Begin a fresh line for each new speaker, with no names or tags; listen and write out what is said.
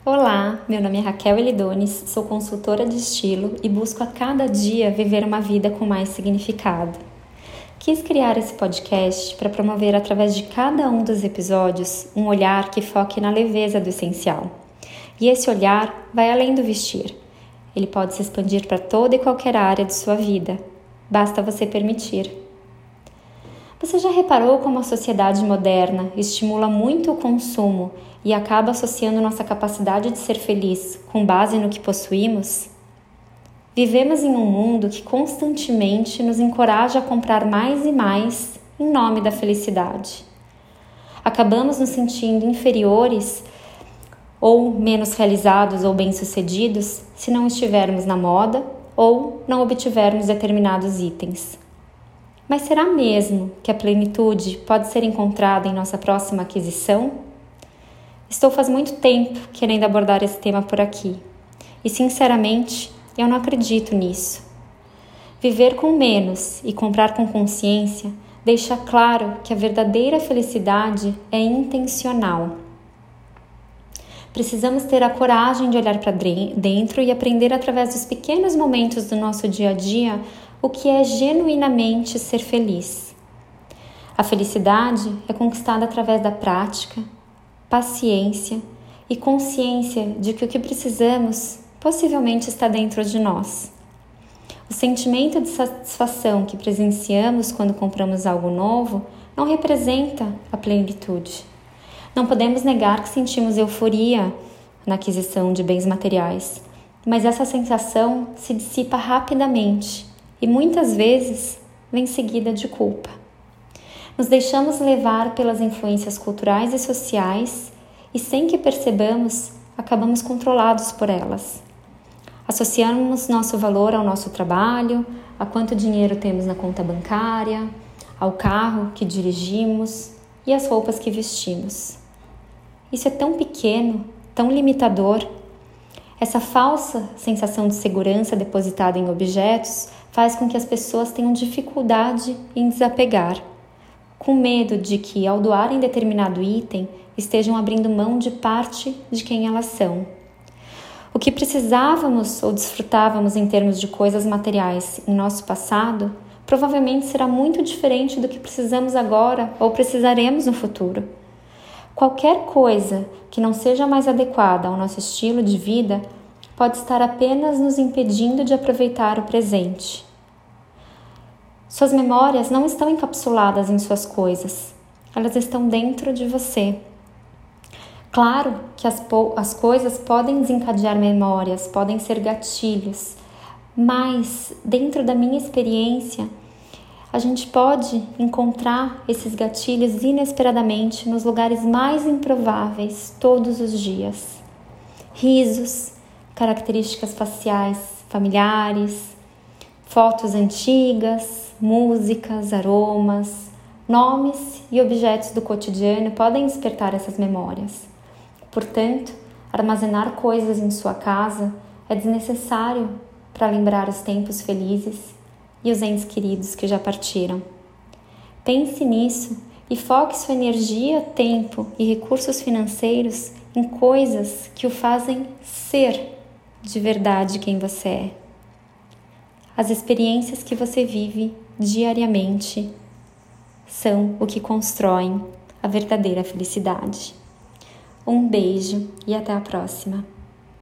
Olá, meu nome é Raquel Elidones, sou consultora de estilo e busco a cada dia viver uma vida com mais significado. Quis criar esse podcast para promover através de cada um dos episódios um olhar que foque na leveza do essencial. E esse olhar vai além do vestir. Ele pode se expandir para toda e qualquer área de sua vida. Basta você permitir. Você já reparou como a sociedade moderna estimula muito o consumo e acaba associando nossa capacidade de ser feliz com base no que possuímos? Vivemos em um mundo que constantemente nos encoraja a comprar mais e mais em nome da felicidade. Acabamos nos sentindo inferiores ou menos realizados ou bem-sucedidos se não estivermos na moda ou não obtivermos determinados itens. Mas será mesmo que a plenitude pode ser encontrada em nossa próxima aquisição? Estou faz muito tempo querendo abordar esse tema por aqui. E, sinceramente, eu não acredito nisso. Viver com menos e comprar com consciência deixa claro que a verdadeira felicidade é intencional. Precisamos ter a coragem de olhar para dentro e aprender através dos pequenos momentos do nosso dia a dia o que é genuinamente ser feliz. A felicidade é conquistada através da prática, paciência e consciência de que o que precisamos possivelmente está dentro de nós. O sentimento de satisfação que presenciamos quando compramos algo novo não representa a plenitude. Não podemos negar que sentimos euforia na aquisição de bens materiais, mas essa sensação se dissipa rapidamente e muitas vezes vem seguida de culpa. Nos deixamos levar pelas influências culturais e sociais e, sem que percebamos, acabamos controlados por elas. Associamos nosso valor ao nosso trabalho, a quanto dinheiro temos na conta bancária, ao carro que dirigimos e às roupas que vestimos. Isso é tão pequeno, tão limitador. Essa falsa sensação de segurança depositada em objetos faz com que as pessoas tenham dificuldade em desapegar, com medo de que, ao doarem determinado item, estejam abrindo mão de parte de quem elas são. O que precisávamos ou desfrutávamos em termos de coisas materiais em nosso passado, provavelmente será muito diferente do que precisamos agora ou precisaremos no futuro. Qualquer coisa que não seja mais adequada ao nosso estilo de vida pode estar apenas nos impedindo de aproveitar o presente. Suas memórias não estão encapsuladas em suas coisas, elas estão dentro de você. Claro que as coisas podem desencadear memórias, podem ser gatilhos, mas dentro da minha experiência, a gente pode encontrar esses gatilhos inesperadamente nos lugares mais improváveis todos os dias. Risos, características faciais familiares, fotos antigas, músicas, aromas, nomes e objetos do cotidiano podem despertar essas memórias. Portanto, armazenar coisas em sua casa é desnecessário para lembrar os tempos felizes e os entes queridos que já partiram. Pense nisso e foque sua energia, tempo e recursos financeiros em coisas que o fazem ser de verdade quem você é. As experiências que você vive diariamente são o que constroem a verdadeira felicidade. Um beijo e até a próxima.